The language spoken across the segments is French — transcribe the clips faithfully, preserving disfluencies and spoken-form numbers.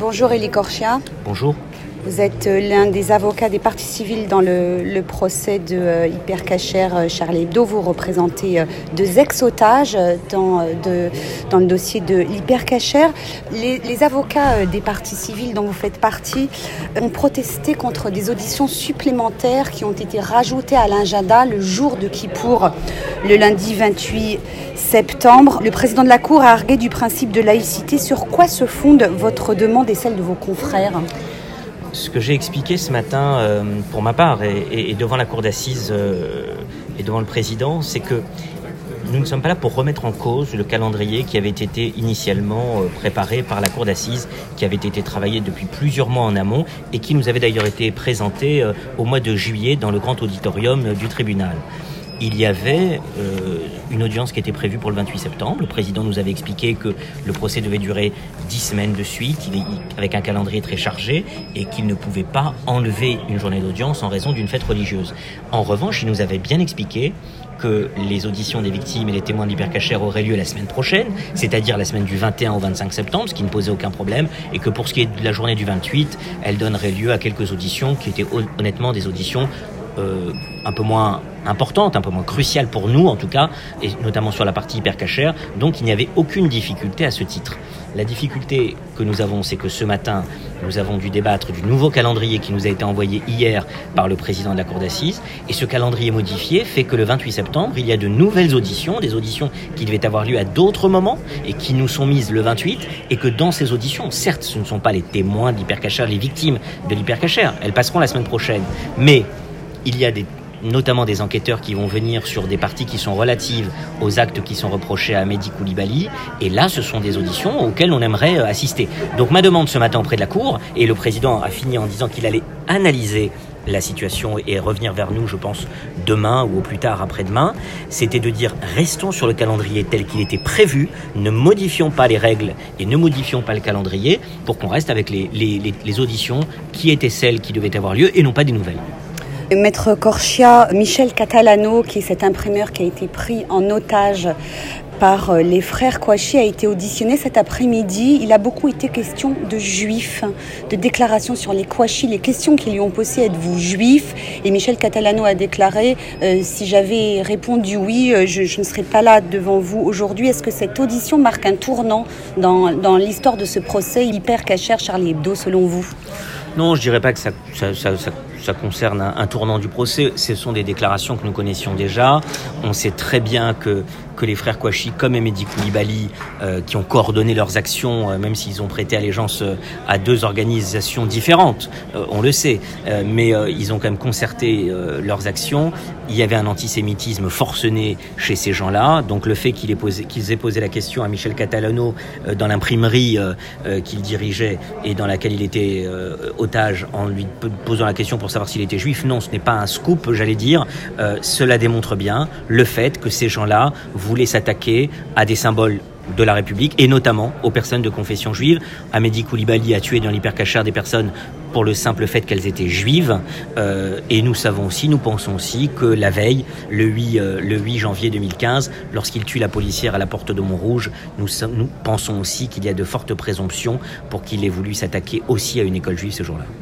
Bonjour Elie Korchia. Bonjour. Vous êtes l'un des avocats des parties civiles dans le, le procès de euh, Hyper Cacher euh, Charlie Hebdo. Vous représentez euh, deux ex-otages dans, de, dans le dossier de Hyper Cacher. Les, les avocats euh, des parties civiles dont vous faites partie ont protesté contre des auditions supplémentaires qui ont été rajoutées à l'agenda le jour de Kippour, le lundi vingt-huit septembre. Le président de la Cour a argué du principe de laïcité. Sur quoi se fonde votre demande et celle de vos confrères ? Ce que j'ai expliqué ce matin, euh, pour ma part, et, et, et devant la cour d'assises euh, et devant le président, c'est que nous ne sommes pas là pour remettre en cause le calendrier qui avait été initialement euh, préparé par la cour d'assises, qui avait été travaillé depuis plusieurs mois en amont et qui nous avait d'ailleurs été présenté euh, au mois de juillet dans le grand auditorium euh, du tribunal. Il y avait euh, une audience qui était prévue pour le vingt-huit septembre. Le président nous avait expliqué que le procès devait durer dix semaines de suite, il, avec un calendrier très chargé, et qu'il ne pouvait pas enlever une journée d'audience en raison d'une fête religieuse. En revanche, il nous avait bien expliqué que les auditions des victimes et les témoins de l'Hyper Cacher auraient lieu la semaine prochaine, c'est-à-dire la semaine du vingt et un au vingt-cinq septembre, ce qui ne posait aucun problème, et que pour ce qui est de la journée du vingt-huit, elle donnerait lieu à quelques auditions qui étaient honnêtement des auditions Euh, un peu moins importante, un peu moins cruciale pour nous en tout cas, et notamment sur la partie Hyper Cacher. Donc il n'y avait aucune difficulté à ce titre. La difficulté que nous avons, c'est que ce matin, nous avons dû débattre du nouveau calendrier qui nous a été envoyé hier par le président de la cour d'assises, et ce calendrier modifié fait que le vingt-huit septembre, il y a de nouvelles auditions, des auditions qui devaient avoir lieu à d'autres moments et qui nous sont mises le vingt-huit, et que dans ces auditions, certes, ce ne sont pas les témoins de l'Hyper Cacher, les victimes de l'Hyper Cacher, elles passeront la semaine prochaine, mais il y a des, notamment des enquêteurs qui vont venir sur des parties qui sont relatives aux actes qui sont reprochés à Mehdi Koulibaly. Et là, ce sont des auditions auxquelles on aimerait assister. Donc ma demande ce matin auprès de la Cour, et le président a fini en disant qu'il allait analyser la situation et revenir vers nous, je pense, demain ou au plus tard après-demain, c'était de dire restons sur le calendrier tel qu'il était prévu, ne modifions pas les règles et ne modifions pas le calendrier pour qu'on reste avec les, les, les, les auditions qui étaient celles qui devaient avoir lieu et non pas des nouvelles. Maître Korchia, Michel Catalano, qui est cet imprimeur qui a été pris en otage par les frères Kouachi, a été auditionné cet après-midi. Il a beaucoup été question de juifs, de déclarations sur les Kouachi, les questions qu'ils lui ont posées, êtes-vous juif ? Et Michel Catalano a déclaré, euh, si j'avais répondu oui, je, je ne serais pas là devant vous aujourd'hui. Est-ce que cette audition marque un tournant dans, dans l'histoire de ce procès Hyper Cacher Charlie Hebdo, selon vous ? Non, je dirais pas que ça, ça, ça, ça, ça concerne un, un tournant du procès. Ce sont des déclarations que nous connaissions déjà. On sait très bien que, que les frères Kouachi, comme Mehdi Koulibaly, euh, qui ont coordonné leurs actions, euh, même s'ils ont prêté allégeance euh, à deux organisations différentes, euh, on le sait, euh, mais euh, ils ont quand même concerté euh, leurs actions. Il y avait un antisémitisme forcené chez ces gens-là. Donc le fait qu'ils aient posé, qu'ils aient posé la question à Michel Catalano euh, dans l'imprimerie euh, euh, qu'il dirigeait et dans laquelle il était euh, otage, en lui posant la question pour savoir s'il était juif, non, ce n'est pas un scoop, j'allais dire. Euh, cela démontre bien le fait que ces gens-là voulaient s'attaquer à des symboles de la République et notamment aux personnes de confession juive. Mehdi Koulibaly a tué dans l'Hyper Cacher des personnes pour le simple fait qu'elles étaient juives. Euh, et nous savons aussi, nous pensons aussi que la veille, le huit, euh, le huit janvier deux mille quinze, lorsqu'il tue la policière à la porte de Montrouge, nous, nous pensons aussi qu'il y a de fortes présomptions pour qu'il ait voulu s'attaquer aussi à une école juive ce jour-là.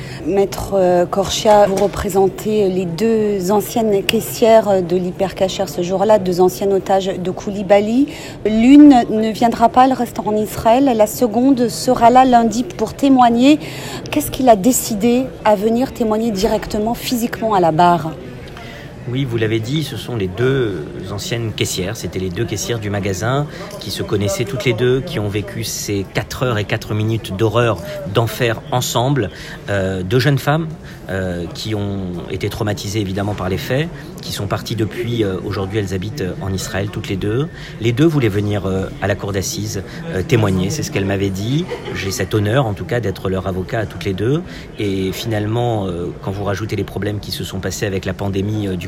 Maître Korchia, vous représentez les deux anciennes caissières de l'Hyper Cacher ce jour-là, deux anciennes otages de Koulibaly. L'une ne viendra pas, elle reste en Israël. La seconde sera là lundi pour témoigner. Qu'est-ce qu'il a décidé à venir témoigner directement, physiquement à la barre ? Oui, vous l'avez dit, ce sont les deux anciennes caissières. C'était les deux caissières du magasin qui se connaissaient toutes les deux, qui ont vécu ces quatre heures et quatre minutes d'horreur, d'enfer ensemble. Euh, deux jeunes femmes euh, qui ont été traumatisées évidemment par les faits, qui sont parties depuis. Euh, aujourd'hui, elles habitent en Israël toutes les deux. Les deux voulaient venir euh, à la cour d'assises euh, témoigner, c'est ce qu'elles m'avaient dit. J'ai cet honneur en tout cas d'être leur avocat à toutes les deux. Et finalement, euh, quand vous rajoutez les problèmes qui se sont passés avec la pandémie euh, du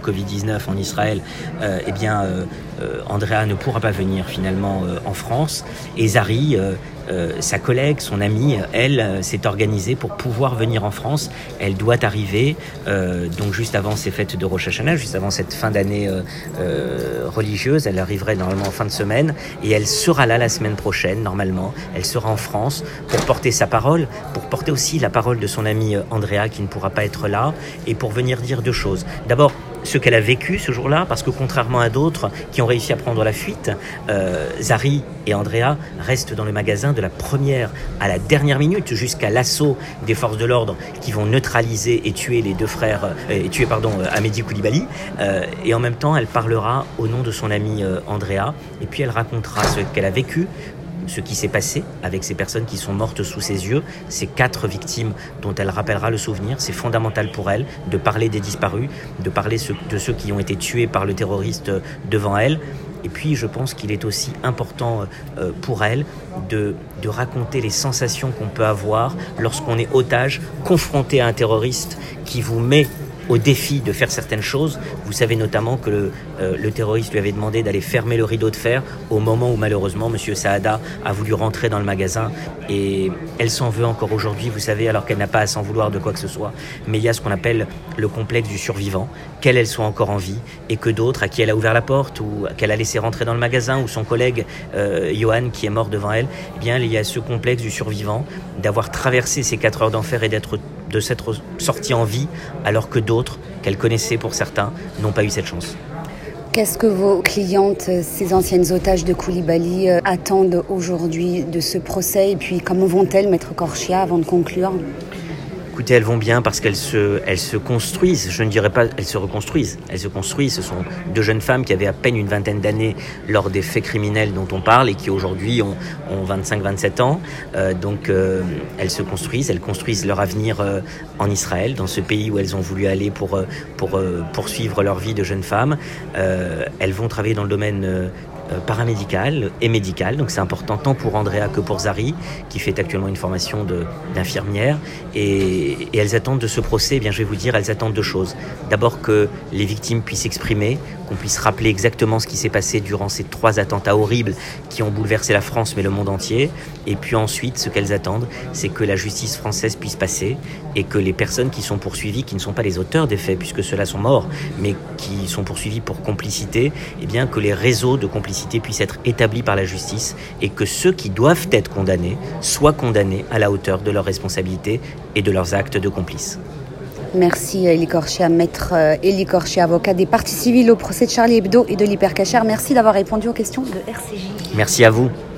covid dix-neuf en Israël, euh, eh bien, euh, euh, Andrea ne pourra pas venir finalement euh, en France. Et Zari, euh, euh, sa collègue, son amie, elle, euh, s'est organisée pour pouvoir venir en France. Elle doit arriver, euh, donc juste avant ces fêtes de Rosh Hashanah, juste avant cette fin d'année euh, euh, religieuse. Elle arriverait normalement en fin de semaine et elle sera là la semaine prochaine, normalement. Elle sera en France pour porter sa parole, pour porter aussi la parole de son amie Andrea qui ne pourra pas être là, et pour venir dire deux choses. D'abord, ce qu'elle a vécu ce jour-là, parce que contrairement à d'autres qui ont réussi à prendre la fuite, euh, Zari et Andrea restent dans le magasin de la première à la dernière minute, jusqu'à l'assaut des forces de l'ordre qui vont neutraliser et tuer les deux frères, euh, et tuer pardon Hamedi Koulibaly. Euh, et en même temps, elle parlera au nom de son amie euh, Andrea, et puis elle racontera ce qu'elle a vécu, ce qui s'est passé avec ces personnes qui sont mortes sous ses yeux, ces quatre victimes dont elle rappellera le souvenir. C'est fondamental pour elle de parler des disparus, de parler de ceux qui ont été tués par le terroriste devant elle. Et puis je pense qu'il est aussi important pour elle de, de raconter les sensations qu'on peut avoir lorsqu'on est otage, confronté à un terroriste qui vous met au défi de faire certaines choses. Vous savez notamment que le, euh, le terroriste lui avait demandé d'aller fermer le rideau de fer au moment où malheureusement M. Saada a voulu rentrer dans le magasin, et elle s'en veut encore aujourd'hui, vous savez, alors qu'elle n'a pas à s'en vouloir de quoi que ce soit. Mais il y a ce qu'on appelle le complexe du survivant, qu'elle elle soit encore en vie, et que d'autres à qui elle a ouvert la porte ou qu'elle a laissé rentrer dans le magasin, ou son collègue euh, Johan qui est mort devant elle, eh bien il y a ce complexe du survivant, d'avoir traversé ces quatre heures d'enfer et d'être de s'être sortie en vie, alors que d'autres, qu'elle connaissait pour certains, n'ont pas eu cette chance. Qu'est-ce que vos clientes, ces anciennes otages de Koulibaly, euh, attendent aujourd'hui de ce procès, et puis comment vont-elles, Maître Korchia, avant de conclure ? Écoutez, elles vont bien parce qu'elles se, elles se construisent. Je ne dirais pas elles se reconstruisent. Elles se construisent. Ce sont deux jeunes femmes qui avaient à peine une vingtaine d'années lors des faits criminels dont on parle et qui aujourd'hui ont, ont vingt-cinq vingt-sept ans. Euh, donc euh, elles se construisent. Elles construisent leur avenir euh, en Israël, dans ce pays où elles ont voulu aller pour, euh, pour euh, poursuivre leur vie de jeunes femmes. Euh, elles vont travailler dans le domaine euh, paramédical et médical, donc c'est important tant pour Andrea que pour Zari, qui fait actuellement une formation de, d'infirmière, et, et elles attendent de ce procès, eh bien je vais vous dire, elles attendent deux choses. D'abord que les victimes puissent s'exprimer, qu'on puisse rappeler exactement ce qui s'est passé durant ces trois attentats horribles qui ont bouleversé la France mais le monde entier, et puis ensuite ce qu'elles attendent, c'est que la justice française puisse passer et que les personnes qui sont poursuivies, qui ne sont pas les auteurs des faits puisque ceux-là sont morts, mais qui sont poursuivis pour complicité, eh bien que les réseaux de complicité puissent être établis par la justice et que ceux qui doivent être condamnés soient condamnés à la hauteur de leurs responsabilités et de leurs actes de complices. Merci Élie Korchia, maître Élie Korchia, avocat des parties civiles au procès de Charlie Hebdo et de l'Hyper Cacher. Merci d'avoir répondu aux questions de R C J. Merci à vous.